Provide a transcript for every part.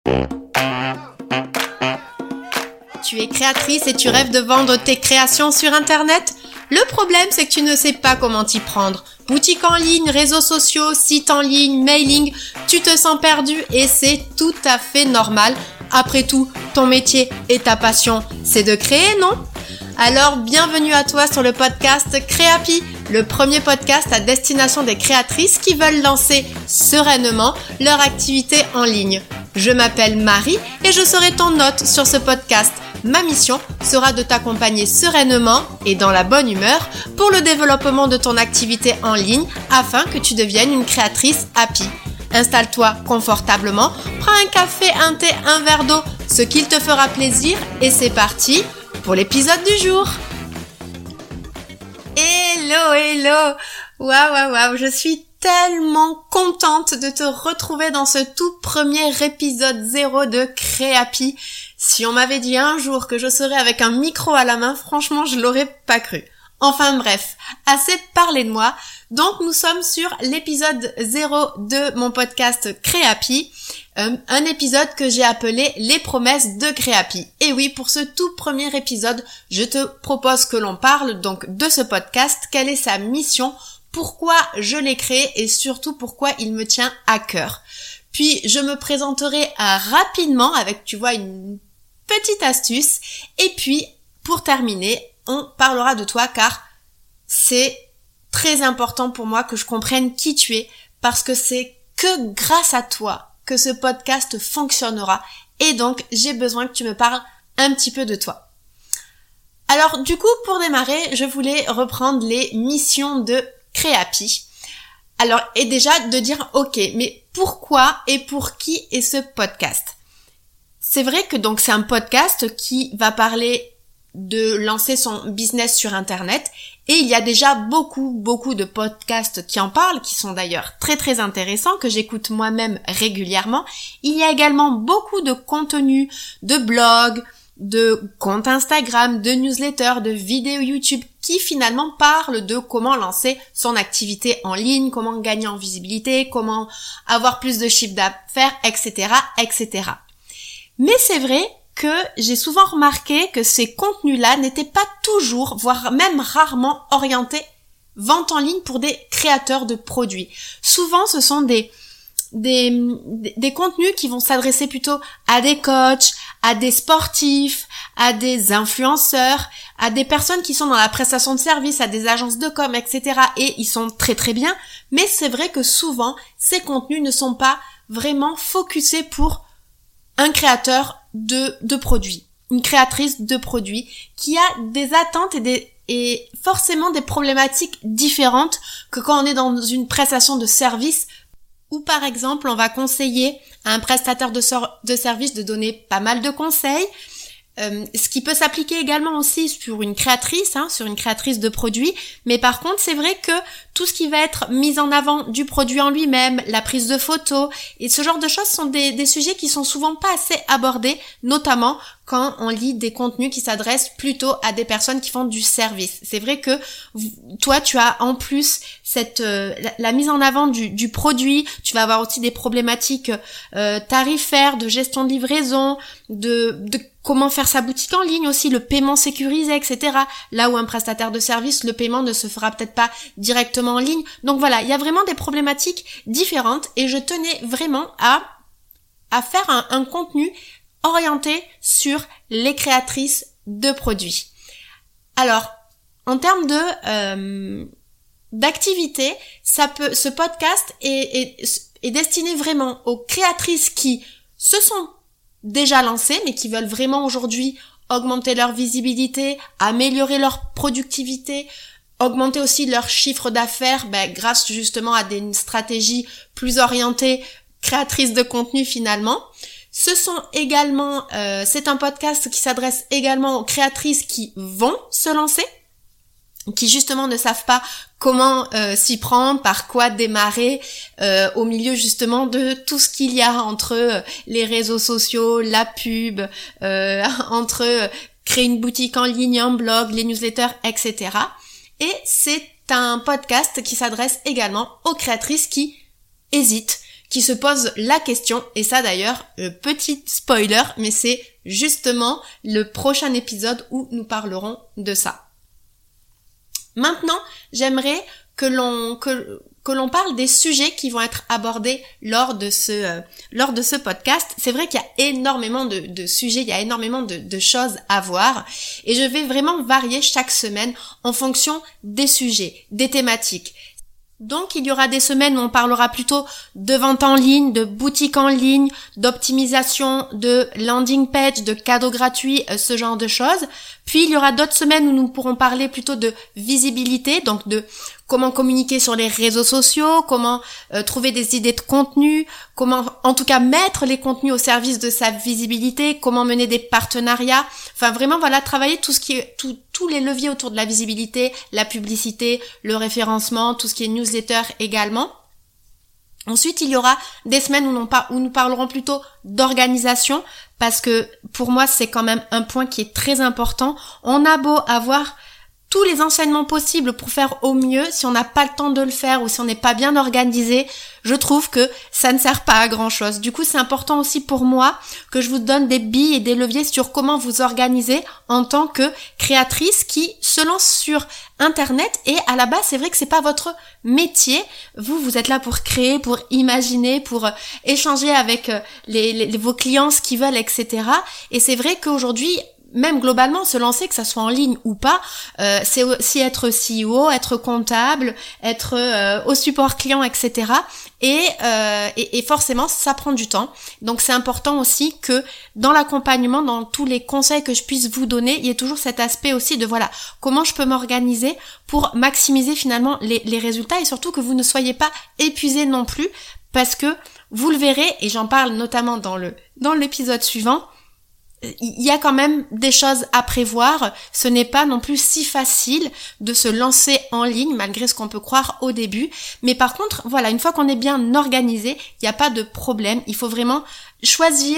Tu es créatrice et tu rêves de vendre tes créations sur Internet ? Le problème, c'est que tu ne sais pas comment t'y prendre. Boutique en ligne, réseaux sociaux, site en ligne, mailing, tu te sens perdu et c'est tout à fait normal. Après tout, ton métier et ta passion, c'est de créer, non ? Alors, bienvenue à toi sur le podcast Créapi, le premier podcast à destination des créatrices qui veulent lancer sereinement leur activité en ligne. Je m'appelle Marie et je serai ton hôte sur ce podcast. Ma mission sera de t'accompagner sereinement et dans la bonne humeur pour le développement de ton activité en ligne afin que tu deviennes une créatrice happy. Installe-toi confortablement, prends un café, un thé, un verre d'eau, ce qu'il te fera plaisir et c'est parti pour l'épisode du jour. Hello, waouh, je suis tellement contente de te retrouver dans ce tout premier épisode 0 de Créapi. Si on m'avait dit un jour que je serais avec un micro à la main, franchement, je l'aurais pas cru. Enfin bref, assez parlé de moi. Donc nous sommes sur l'épisode 0 de mon podcast Créapi, un épisode que j'ai appelé Les promesses de Créapi. Et oui, pour ce tout premier épisode, je te propose que l'on parle donc de ce podcast, quelle est sa mission, pourquoi je l'ai créé et surtout pourquoi il me tient à cœur. Puis je me présenterai rapidement avec, tu vois, une petite astuce. Et puis, pour terminer, on parlera de toi car c'est très important pour moi que je comprenne qui tu es parce que c'est que grâce à toi que ce podcast fonctionnera. Et donc, j'ai besoin que tu me parles un petit peu de toi. Alors, du coup, pour démarrer, je voulais reprendre les missions de Créapi. Alors, et déjà de dire, ok, mais pourquoi et pour qui est ce podcast ? C'est vrai que donc c'est un podcast qui va parler de lancer son business sur Internet et il y a déjà beaucoup de podcasts qui en parlent, qui sont d'ailleurs très intéressants, que j'écoute moi-même régulièrement. Il y a également beaucoup de contenus, de blogs, de comptes Instagram, de newsletters, de vidéos YouTube qui finalement parlent de comment lancer son activité en ligne, comment gagner en visibilité, comment avoir plus de chiffre d'affaires, etc. Mais c'est vrai que j'ai souvent remarqué que ces contenus-là n'étaient pas toujours, voire même rarement orientés vente en ligne pour des créateurs de produits. Souvent, ce sont des contenus qui vont s'adresser plutôt à des coachs, à des sportifs, à des influenceurs, à des personnes qui sont dans la prestation de services, à des agences de com, etc. Et ils sont très bien, mais c'est vrai que souvent, ces contenus ne sont pas vraiment focusés pour un créateur de produits, une créatrice de produits qui a des attentes et forcément des problématiques différentes que quand on est dans une prestation de service où par exemple on va conseiller à un prestataire de service de donner pas mal de conseils, ce qui peut s'appliquer également aussi sur une créatrice, sur une créatrice de produits, mais par contre c'est vrai que tout ce qui va être mis en avant du produit en lui-même, la prise de photos et ce genre de choses sont des sujets qui sont souvent pas assez abordés, notamment quand on lit des contenus qui s'adressent plutôt à des personnes qui font du service. C'est vrai que toi tu as en plus la mise en avant du produit, tu vas avoir aussi des problématiques tarifaires, de gestion de livraison, de comment faire sa boutique en ligne aussi, le paiement sécurisé, etc. Là où un prestataire de service, le paiement ne se fera peut-être pas directement en ligne. Donc voilà, il y a vraiment des problématiques différentes et je tenais vraiment à faire un contenu orienté sur les créatrices de produits. Alors, en termes d'activité, ce podcast est destiné vraiment aux créatrices qui se sont déjà lancées, mais qui veulent vraiment aujourd'hui augmenter leur visibilité, améliorer leur productivité, augmenter aussi leur chiffre d'affaires, grâce justement à des stratégies plus orientées créatrices de contenu finalement. Ce sont également, c'est un podcast qui s'adresse également aux créatrices qui vont se lancer, qui justement ne savent pas comment s'y prendre, par quoi démarrer au milieu justement de tout ce qu'il y a entre les réseaux sociaux, la pub, entre créer une boutique en ligne, un blog, les newsletters, etc. Et c'est un podcast qui s'adresse également aux créatrices qui hésitent, qui se posent la question, et ça d'ailleurs, petit spoiler, mais c'est justement le prochain épisode où nous parlerons de ça. Maintenant, j'aimerais que l'on parle des sujets qui vont être abordés lors de ce podcast. C'est vrai qu'il y a énormément de sujets, il y a énormément de choses à voir, et je vais vraiment varier chaque semaine en fonction des sujets, des thématiques. Donc il y aura des semaines où on parlera plutôt de vente en ligne, de boutique en ligne, d'optimisation, de landing page, de cadeaux gratuits, ce genre de choses. Puis il y aura d'autres semaines où nous pourrons parler plutôt de visibilité, donc de comment communiquer sur les réseaux sociaux, comment trouver des idées de contenu, comment en tout cas mettre les contenus au service de sa visibilité, comment mener des partenariats, enfin vraiment voilà, travailler tout ce qui est tous les leviers autour de la visibilité, la publicité, le référencement, tout ce qui est newsletter également. Ensuite, il y aura des semaines où nous parlerons plutôt d'organisation, parce que pour moi, c'est quand même un point qui est très important. On a beau avoir tous les enseignements possibles pour faire au mieux, si on n'a pas le temps de le faire ou si on n'est pas bien organisé, je trouve que ça ne sert pas à grand chose. Du coup, c'est important aussi pour moi que je vous donne des billes et des leviers sur comment vous organiser en tant que créatrice qui se lance sur Internet. Et à la base, c'est vrai que c'est pas votre métier. Vous êtes là pour créer, pour imaginer, pour échanger avec vos clients, ce qu'ils veulent, etc. Et c'est vrai qu'aujourd'hui, même globalement, se lancer, que ça soit en ligne ou pas, c'est aussi être CEO, être comptable, être au support client, etc. Et forcément, ça prend du temps. Donc c'est important aussi que dans l'accompagnement, dans tous les conseils que je puisse vous donner, il y ait toujours cet aspect aussi de voilà, comment je peux m'organiser pour maximiser finalement les résultats, et surtout que vous ne soyez pas épuisé non plus, parce que vous le verrez, et j'en parle notamment dans l'épisode suivant, il y a quand même des choses à prévoir. Ce n'est pas non plus si facile de se lancer en ligne malgré ce qu'on peut croire au début. Mais par contre, voilà, une fois qu'on est bien organisé, il n'y a pas de problème. Il faut vraiment choisir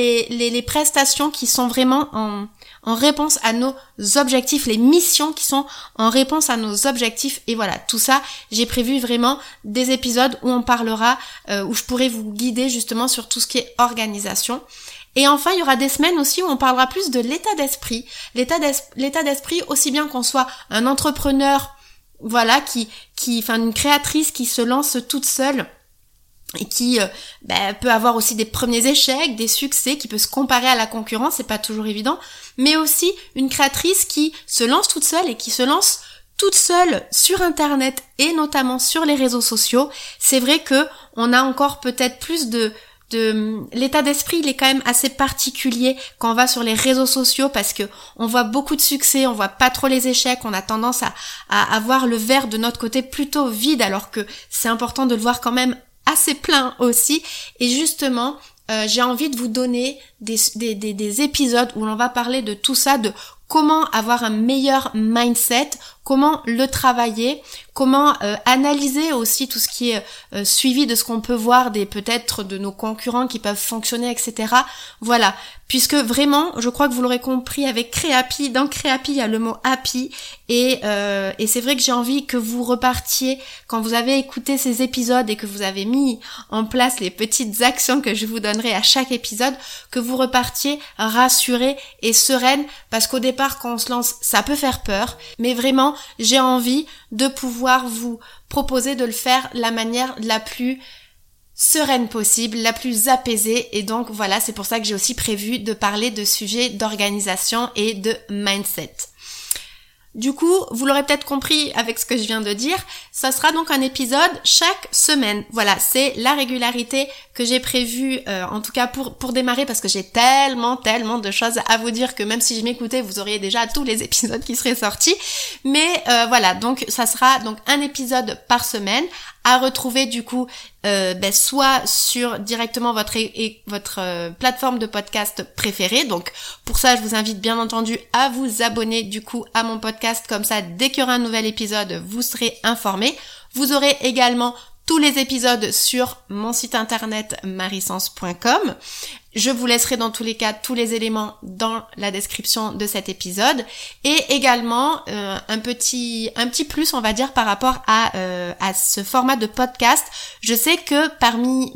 les prestations qui sont vraiment en réponse à nos objectifs, les missions qui sont en réponse à nos objectifs. Et voilà, tout ça, j'ai prévu vraiment des épisodes où on parlera, où je pourrai vous guider justement sur tout ce qui est organisation. Et enfin, il y aura des semaines aussi où on parlera plus de l'état d'esprit. L'état d'esprit, aussi bien qu'on soit un entrepreneur, voilà, une créatrice qui se lance toute seule et qui peut avoir aussi des premiers échecs, des succès, qui peut se comparer à la concurrence, c'est pas toujours évident, mais aussi une créatrice qui se lance toute seule et qui se lance toute seule sur Internet et notamment sur les réseaux sociaux. C'est vrai que on a encore peut-être plus de l'état d'esprit, il est quand même assez particulier quand on va sur les réseaux sociaux, parce que on voit beaucoup de succès, on voit pas trop les échecs, on a tendance à avoir le verre de notre côté plutôt vide, alors que c'est important de le voir quand même assez plein aussi. Et justement, j'ai envie de vous donner des épisodes où l'on va parler de tout ça, de comment avoir un meilleur mindset, comment le travailler, comment analyser aussi tout ce qui est suivi de ce qu'on peut voir peut-être de nos concurrents qui peuvent fonctionner, etc. Voilà, puisque vraiment, je crois que vous l'aurez compris avec Créapi, dans Créapi, il y a le mot happy, et c'est vrai que j'ai envie que vous repartiez, quand vous avez écouté ces épisodes et que vous avez mis en place les petites actions que je vous donnerai à chaque épisode, que vous repartiez rassurés et sereines, parce qu'au départ, quand on se lance, ça peut faire peur, mais vraiment, j'ai envie de pouvoir vous proposer de le faire de la manière la plus sereine possible, la plus apaisée. Et donc voilà, c'est pour ça que j'ai aussi prévu de parler de sujets d'organisation et de mindset. Du coup, vous l'aurez peut-être compris avec ce que je viens de dire, ça sera donc un épisode chaque semaine. Voilà, c'est la régularité que j'ai prévue, en tout cas pour démarrer, parce que j'ai tellement de choses à vous dire que même si je m'écoutais, vous auriez déjà tous les épisodes qui seraient sortis. Mais voilà, donc ça sera donc un épisode par semaine, à retrouver du coup soit sur directement votre plateforme de podcast préférée. Donc pour ça, je vous invite bien entendu à vous abonner du coup à mon podcast, comme ça dès qu'il y aura un nouvel épisode, vous serez informés. Vous aurez également tous les épisodes sur mon site internet marisens.com. Je vous laisserai dans tous les cas tous les éléments dans la description de cet épisode et également un petit plus on va dire par rapport à ce format de podcast. Je sais que parmi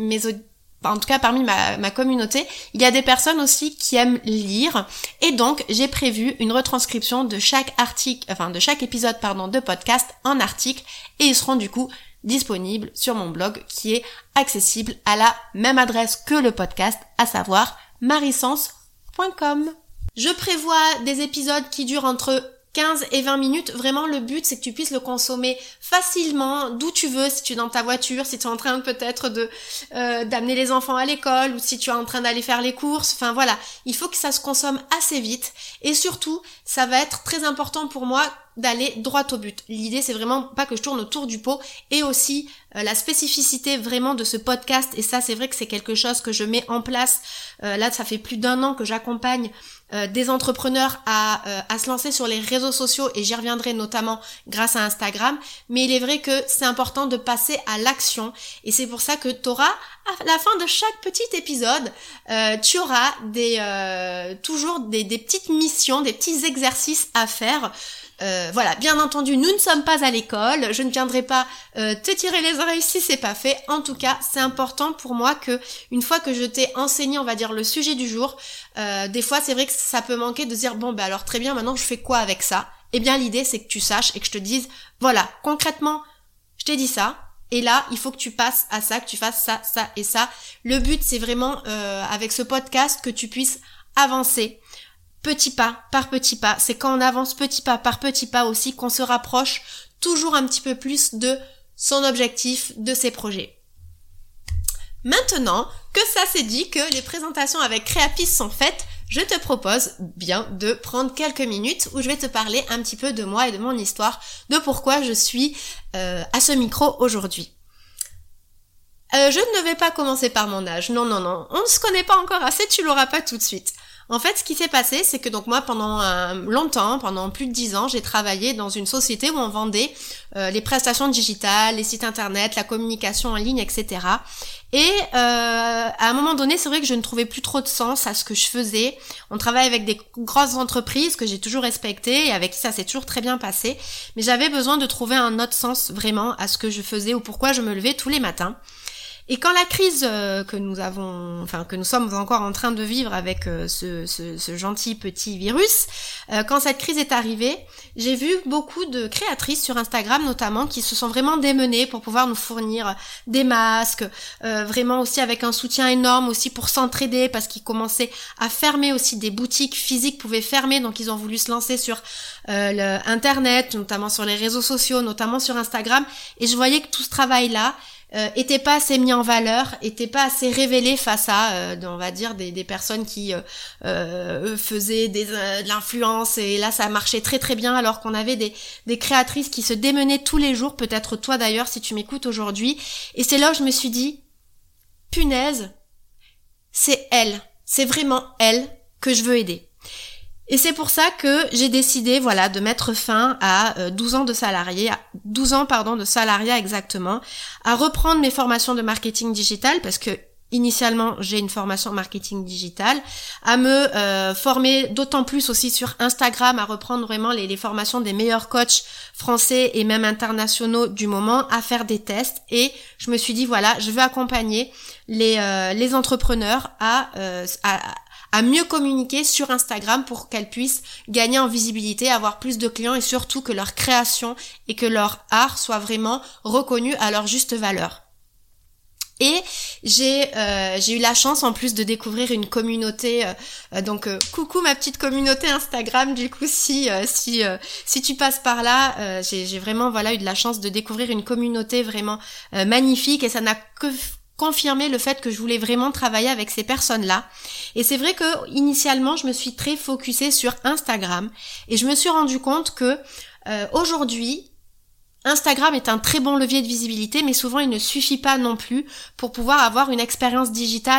ma communauté, il y a des personnes aussi qui aiment lire et donc j'ai prévu une retranscription de chaque épisode de podcast en article et ils seront du coup disponibles sur mon blog qui est accessible à la même adresse que le podcast, à savoir marisens.com. Je prévois des épisodes qui durent entre 15 et 20 minutes. Vraiment, le but, c'est que tu puisses le consommer facilement, d'où tu veux, si tu es dans ta voiture, si tu es en train peut-être d'amener les enfants à l'école, ou si tu es en train d'aller faire les courses. Enfin voilà, il faut que ça se consomme assez vite. Et surtout, ça va être très important pour moi d'aller droit au but. L'idée, c'est vraiment pas que je tourne autour du pot, et aussi la spécificité vraiment de ce podcast, et ça, c'est vrai que c'est quelque chose que je mets en place. Là, ça fait plus d'1 an que j'accompagne des entrepreneurs à se lancer sur les réseaux sociaux, et j'y reviendrai notamment grâce à Instagram, mais il est vrai que c'est important de passer à l'action, et c'est pour ça que tu auras, à la fin de chaque petit épisode, tu auras toujours des petites missions, des petits exercices à faire. Voilà, bien entendu, nous ne sommes pas à l'école, je ne viendrai pas te tirer les oreilles si c'est pas fait. En tout cas, c'est important pour moi que, une fois que je t'ai enseigné, on va dire, le sujet du jour, des fois c'est vrai que ça peut manquer de dire bon alors très bien, maintenant je fais quoi avec ça? Eh bien l'idée c'est que tu saches et que je te dise voilà, concrètement, je t'ai dit ça, et là il faut que tu passes à ça, que tu fasses ça, ça et ça. Le but c'est vraiment avec ce podcast que tu puisses avancer petit pas par petit pas. C'est quand on avance petit pas par petit pas aussi qu'on se rapproche toujours un petit peu plus de son objectif, de ses projets. Maintenant que ça c'est dit, que les présentations avec Créapis sont faites, je te propose bien de prendre quelques minutes où je vais te parler un petit peu de moi et de mon histoire, de pourquoi je suis à ce micro aujourd'hui. Je ne vais pas commencer par mon âge, non, on ne se connaît pas encore assez, tu l'auras pas tout de suite. En fait, ce qui s'est passé, c'est que donc moi, pendant longtemps, pendant plus de 10 ans, j'ai travaillé dans une société où on vendait les prestations digitales, les sites internet, la communication en ligne, etc. Et à un moment donné, c'est vrai que je ne trouvais plus trop de sens à ce que je faisais. On travaille avec des grosses entreprises que j'ai toujours respectées et avec qui ça s'est toujours très bien passé. Mais j'avais besoin de trouver un autre sens vraiment à ce que je faisais ou pourquoi je me levais tous les matins. Et quand la crise que nous sommes encore en train de vivre avec ce gentil petit virus, quand cette crise est arrivée, j'ai vu beaucoup de créatrices sur Instagram notamment qui se sont vraiment démenées pour pouvoir nous fournir des masques, vraiment aussi avec un soutien énorme aussi pour s'entraider parce qu'ils commençaient à fermer aussi, des boutiques physiques pouvaient fermer, donc ils ont voulu se lancer sur Internet, notamment sur les réseaux sociaux, notamment sur Instagram, et je voyais que tout ce travail-là était pas assez mis en valeur, était pas assez révélé face à, on va dire, des personnes qui faisaient de l'influence, et là ça marchait très très bien, alors qu'on avait des créatrices qui se démenaient tous les jours, peut-être toi d'ailleurs si tu m'écoutes aujourd'hui, et c'est là où je me suis dit, punaise, c'est vraiment elle que je veux aider. Et c'est pour ça que j'ai décidé, de mettre fin à 12 ans de salariat exactement, à reprendre mes formations de marketing digital, parce que initialement j'ai une formation marketing digital, à me former d'autant plus aussi sur Instagram, à reprendre vraiment les formations des meilleurs coachs français et même internationaux du moment, à faire des tests, et je me suis dit je veux accompagner les entrepreneurs à mieux communiquer sur Instagram pour qu'elles puissent gagner en visibilité, avoir plus de clients et surtout que leur création et que leur art soient vraiment reconnus à leur juste valeur. Et j'ai eu la chance en plus de découvrir une communauté, coucou ma petite communauté Instagram, du coup si tu passes par là, j'ai vraiment eu de la chance de découvrir une communauté vraiment magnifique, et ça n'a que confirmer le fait que je voulais vraiment travailler avec ces personnes-là. Et c'est vrai que initialement, je me suis très focusée sur Instagram, et je me suis rendu compte que aujourd'hui, Instagram est un très bon levier de visibilité, mais souvent il ne suffit pas non plus pour pouvoir avoir une expérience digitale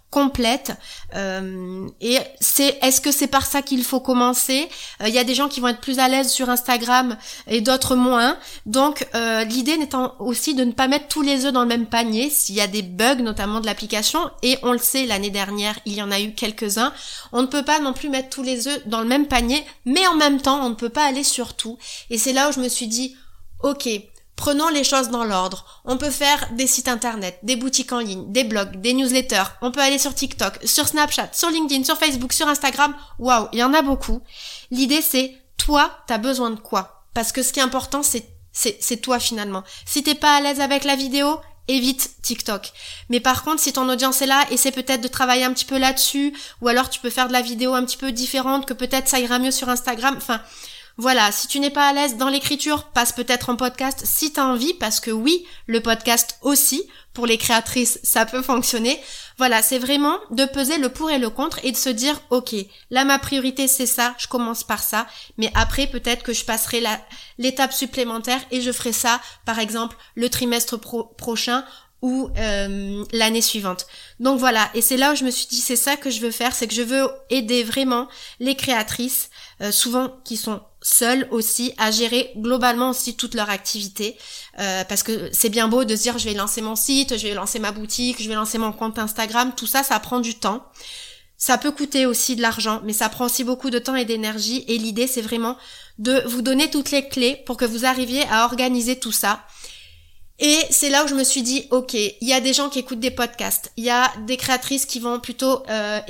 complète. Et est-ce que c'est par ça qu'il faut commencer? Il y a des gens qui vont être plus à l'aise sur Instagram et d'autres moins. Donc l'idée n'étant aussi de ne pas mettre tous les œufs dans le même panier s'il y a des bugs notamment de l'application, et on le sait, l'année dernière il y en a eu quelques-uns. On ne peut pas non plus mettre tous les œufs dans le même panier, mais en même temps on ne peut pas aller sur tout. Et c'est là où je me suis dit ok, prenons les choses dans l'ordre. On peut faire des sites internet, des boutiques en ligne, des blogs, des newsletters. On peut aller sur TikTok, sur Snapchat, sur LinkedIn, sur Facebook, sur Instagram. Waouh, il y en a beaucoup. L'idée c'est, toi, t'as besoin de quoi? Parce que ce qui est important, c'est toi finalement. Si t'es pas à l'aise avec la vidéo, évite TikTok. Mais par contre, si ton audience est là, essaie peut-être de travailler un petit peu là-dessus, ou alors tu peux faire de la vidéo un petit peu différente, que peut-être ça ira mieux sur Instagram. Enfin, voilà, si tu n'es pas à l'aise dans l'écriture, passe peut-être en podcast si t'as envie, parce que oui, le podcast aussi, pour les créatrices, ça peut fonctionner. Voilà, c'est vraiment de peser le pour et le contre et de se dire, ok, là ma priorité c'est ça, je commence par ça, mais après peut-être que je passerai l'étape supplémentaire et je ferai ça, par exemple, le trimestre prochain ou l'année suivante. Donc voilà, et c'est là où je me suis dit, c'est ça que je veux faire, c'est que je veux aider vraiment les créatrices, souvent qui sont seules aussi, à gérer globalement aussi toute leur activité, parce que c'est bien beau de se dire je vais lancer mon site, je vais lancer ma boutique, je vais lancer mon compte Instagram, tout ça, ça prend du temps. Ça peut coûter aussi de l'argent, mais ça prend aussi beaucoup de temps et d'énergie, et l'idée c'est vraiment de vous donner toutes les clés pour que vous arriviez à organiser tout ça. Et c'est là où je me suis dit, ok, il y a des gens qui écoutent des podcasts, il y a des créatrices qui vont plutôt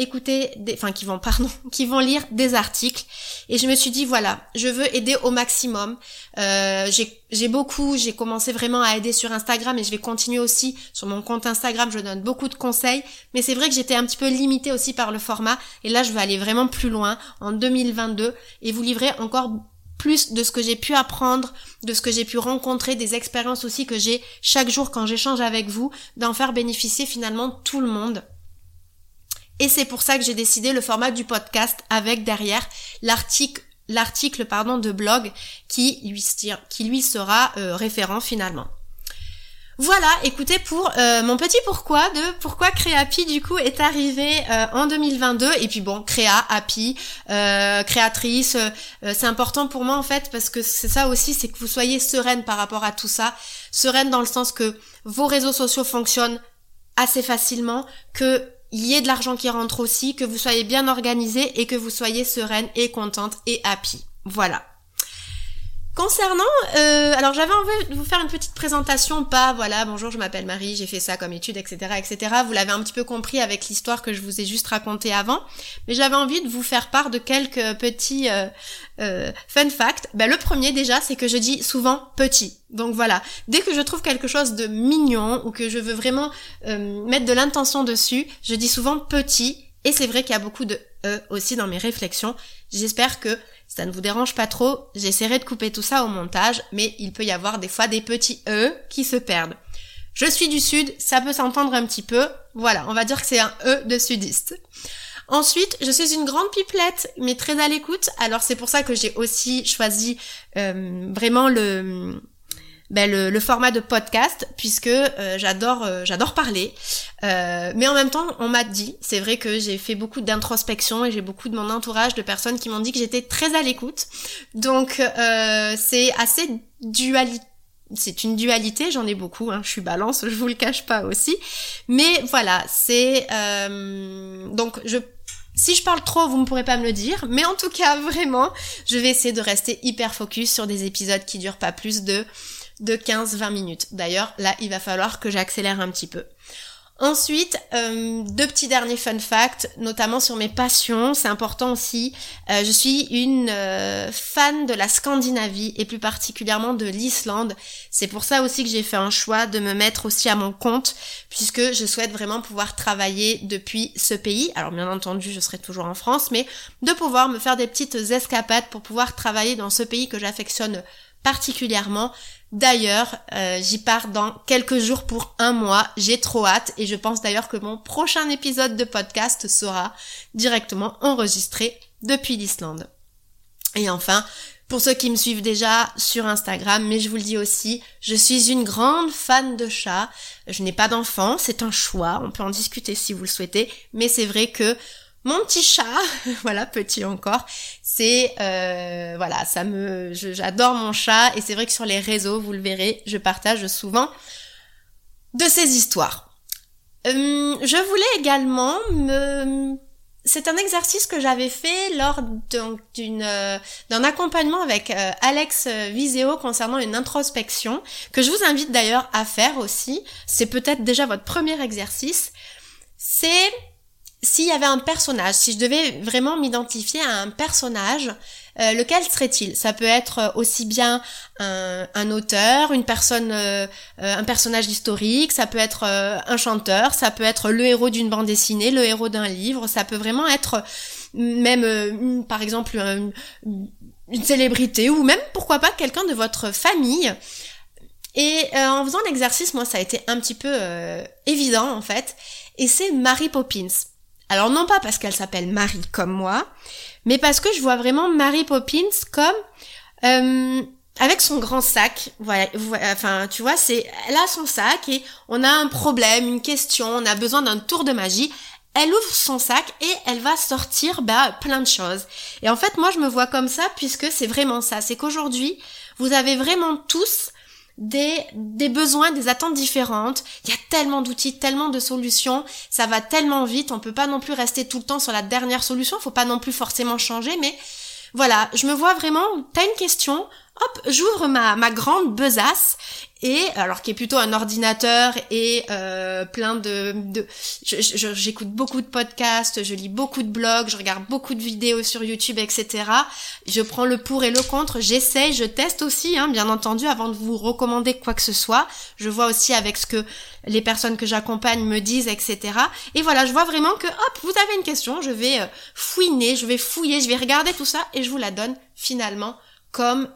qui vont lire des articles. Et je me suis dit, voilà, je veux aider au maximum. J'ai commencé vraiment à aider sur Instagram et je vais continuer aussi sur mon compte Instagram. Je donne beaucoup de conseils, mais c'est vrai que j'étais un petit peu limitée aussi par le format. Et là, je vais aller vraiment plus loin en 2022 et vous livrer encore plus de ce que j'ai pu apprendre, de ce que j'ai pu rencontrer, des expériences aussi que j'ai chaque jour quand j'échange avec vous, d'en faire bénéficier finalement tout le monde. Et c'est pour ça que j'ai décidé le format du podcast avec derrière l'article de blog qui lui sera référent finalement. Voilà, écoutez, pour mon petit pourquoi Créapi du coup est arrivé en 2022, et puis bon, Happy, créatrice, c'est important pour moi en fait, parce que c'est ça aussi, c'est que vous soyez sereine par rapport à tout ça, sereine dans le sens que vos réseaux sociaux fonctionnent assez facilement, que il y ait de l'argent qui rentre aussi, que vous soyez bien organisée et que vous soyez sereine et contente et happy. Voilà. Concernant, alors j'avais envie de vous faire une petite présentation, pas voilà, bonjour, je m'appelle Marie, j'ai fait ça comme étude, etc., etc. Vous l'avez un petit peu compris avec l'histoire que je vous ai juste racontée avant, mais j'avais envie de vous faire part de quelques petits fun facts. Le premier déjà, c'est que je dis souvent petit. Donc voilà, dès que je trouve quelque chose de mignon ou que je veux vraiment mettre de l'intention dessus, je dis souvent petit. Et c'est vrai qu'il y a beaucoup de aussi dans mes réflexions. J'espère que ça ne vous dérange pas trop. J'essaierai de couper tout ça au montage, mais il peut y avoir des fois des petits qui se perdent. Je suis du sud, ça peut s'entendre un petit peu. Voilà, on va dire que c'est un de sudiste. Ensuite, je suis une grande pipelette, mais très à l'écoute. Alors c'est pour ça que j'ai aussi choisi vraiment le format de podcast, puisque j'adore parler, mais en même temps on m'a dit, c'est vrai que j'ai fait beaucoup d'introspection et j'ai beaucoup de mon entourage de personnes qui m'ont dit que j'étais très à l'écoute, donc c'est assez c'est une dualité, j'en ai beaucoup, je suis balance, je vous le cache pas aussi, mais voilà, c'est donc si je parle trop, vous ne pourrez pas me le dire, mais en tout cas vraiment, je vais essayer de rester hyper focus sur des épisodes qui durent pas plus de 15-20 minutes. D'ailleurs, là, il va falloir que j'accélère un petit peu. Ensuite, deux petits derniers fun facts, notamment sur mes passions, c'est important aussi. Je suis une fan de la Scandinavie et plus particulièrement de l'Islande. C'est pour ça aussi que j'ai fait un choix de me mettre aussi à mon compte, puisque je souhaite vraiment pouvoir travailler depuis ce pays. Alors bien entendu, je serai toujours en France, mais de pouvoir me faire des petites escapades pour pouvoir travailler dans ce pays que j'affectionne particulièrement. D'ailleurs, j'y pars dans quelques jours pour 1 mois, j'ai trop hâte et je pense d'ailleurs que mon prochain épisode de podcast sera directement enregistré depuis l'Islande. Et enfin, Pour ceux qui me suivent déjà sur Instagram, mais je vous le dis aussi, je suis une grande fan de chats. Je n'ai pas d'enfant, c'est un choix, on peut en discuter si vous le souhaitez, mais c'est vrai que mon petit chat, voilà, petit encore, c'est, j'adore mon chat, et c'est vrai que sur les réseaux, vous le verrez, je partage souvent de ces histoires. Je voulais également c'est un exercice que j'avais fait lors d'un accompagnement avec Alex Viseo concernant une introspection, que je vous invite d'ailleurs à faire aussi. C'est peut-être déjà votre premier exercice. C'est s'il y avait un personnage, si je devais vraiment m'identifier à un personnage, lequel serait-il? Ça peut être aussi bien un auteur, une personne, un personnage historique, ça peut être un chanteur, ça peut être le héros d'une bande dessinée, le héros d'un livre, ça peut vraiment être même, par exemple, une célébrité, ou même, pourquoi pas, quelqu'un de votre famille. Et en faisant l'exercice, moi, ça a été un petit peu évident, en fait, et c'est Mary Poppins. Alors non pas parce qu'elle s'appelle Mary comme moi, mais parce que je vois vraiment Mary Poppins comme avec son grand sac. Voilà, enfin tu vois, elle a son sac et on a un problème, une question, on a besoin d'un tour de magie. Elle ouvre son sac et elle va sortir plein de choses. Et en fait, moi je me vois comme ça puisque c'est vraiment ça, c'est qu'aujourd'hui, vous avez vraiment tous des besoins, des attentes différentes. Il y a tellement d'outils, tellement de solutions, ça va tellement vite, on peut pas non plus rester tout le temps sur la dernière solution, faut pas non plus forcément changer, mais voilà, je me vois vraiment, t'as une question, hop, j'ouvre ma grande besace, et alors qui est plutôt un ordinateur et plein j'écoute beaucoup de podcasts, je lis beaucoup de blogs, je regarde beaucoup de vidéos sur YouTube, etc. Je prends le pour et le contre, j'essaye, je teste aussi, bien entendu, avant de vous recommander quoi que ce soit. Je vois aussi avec ce que les personnes que j'accompagne me disent, etc. Et voilà, je vois vraiment que, hop, vous avez une question, je vais fouiner, je vais fouiller, je vais regarder tout ça, et je vous la donne finalement comme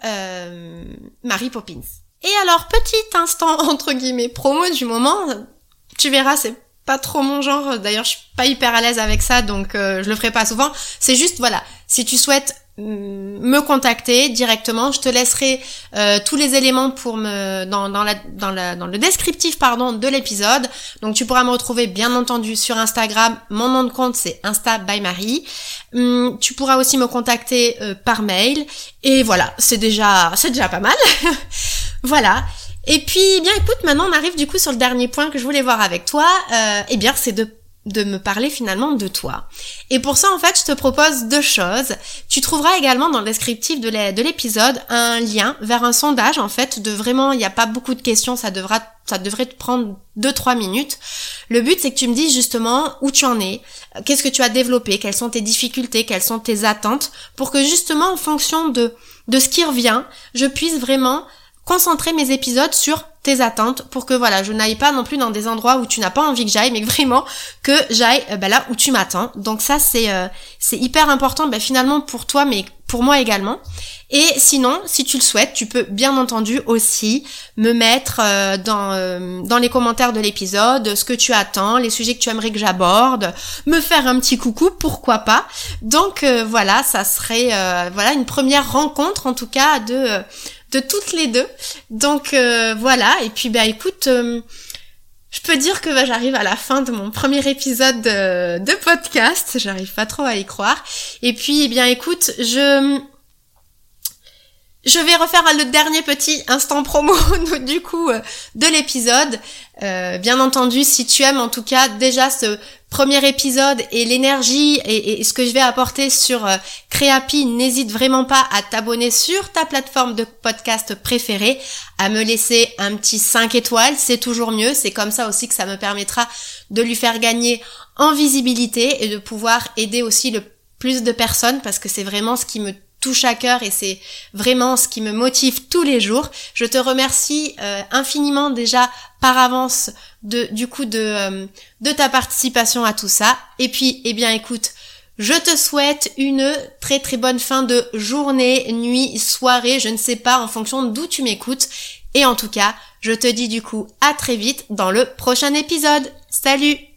Mary Poppins. Et alors, petit instant, entre guillemets, promo du moment, tu verras, c'est pas trop mon genre, d'ailleurs je suis pas hyper à l'aise avec ça, donc je le ferai pas souvent, c'est juste, voilà, si tu souhaites me contacter directement, je te laisserai tous les éléments pour dans le descriptif de l'épisode. Donc tu pourras me retrouver bien entendu sur Instagram, mon nom de compte c'est Insta by Marie. Tu pourras aussi me contacter par mail, et voilà, c'est déjà pas mal. Voilà. Et puis bien écoute, maintenant on arrive du coup sur le dernier point que je voulais voir avec toi, c'est de me parler finalement de toi. Et pour ça, en fait, je te propose deux choses. Tu trouveras également dans le descriptif de l'épisode un lien vers un sondage, en fait, il n'y a pas beaucoup de questions, ça devrait te prendre 2-3 minutes. Le but, c'est que tu me dises justement où tu en es, qu'est-ce que tu as développé, quelles sont tes difficultés, quelles sont tes attentes, pour que justement, en fonction de ce qui revient, je puisse vraiment concentrer mes épisodes sur tes attentes, pour que voilà, je n'aille pas non plus dans des endroits où tu n'as pas envie que j'aille, mais vraiment que j'aille là où tu m'attends. Donc ça c'est hyper important finalement pour toi, mais pour moi également. Et sinon, si tu le souhaites, tu peux bien entendu aussi me mettre dans les commentaires de l'épisode ce que tu attends, les sujets que tu aimerais que j'aborde, me faire un petit coucou, pourquoi pas. Donc voilà, ça serait une première rencontre en tout cas de toutes les deux. Donc voilà, et puis écoute, je peux dire que j'arrive à la fin de mon premier épisode de podcast, j'arrive pas trop à y croire. Et puis écoute, je vais refaire le dernier petit instant promo du coup de l'épisode. Bien entendu, si tu aimes en tout cas déjà ce premier épisode et l'énergie et ce que je vais apporter sur Créapi, n'hésite vraiment pas à t'abonner sur ta plateforme de podcast préférée, à me laisser un petit 5 étoiles, c'est toujours mieux, c'est comme ça aussi que ça me permettra de lui faire gagner en visibilité et de pouvoir aider aussi le plus de personnes, parce que c'est vraiment ce qui me touche à cœur et c'est vraiment ce qui me motive tous les jours. Je te remercie infiniment déjà par avance de ta participation à tout ça. Et puis, écoute, je te souhaite une très très bonne fin de journée, nuit, soirée, je ne sais pas, en fonction d'où tu m'écoutes. Et en tout cas, je te dis du coup à très vite dans le prochain épisode. Salut!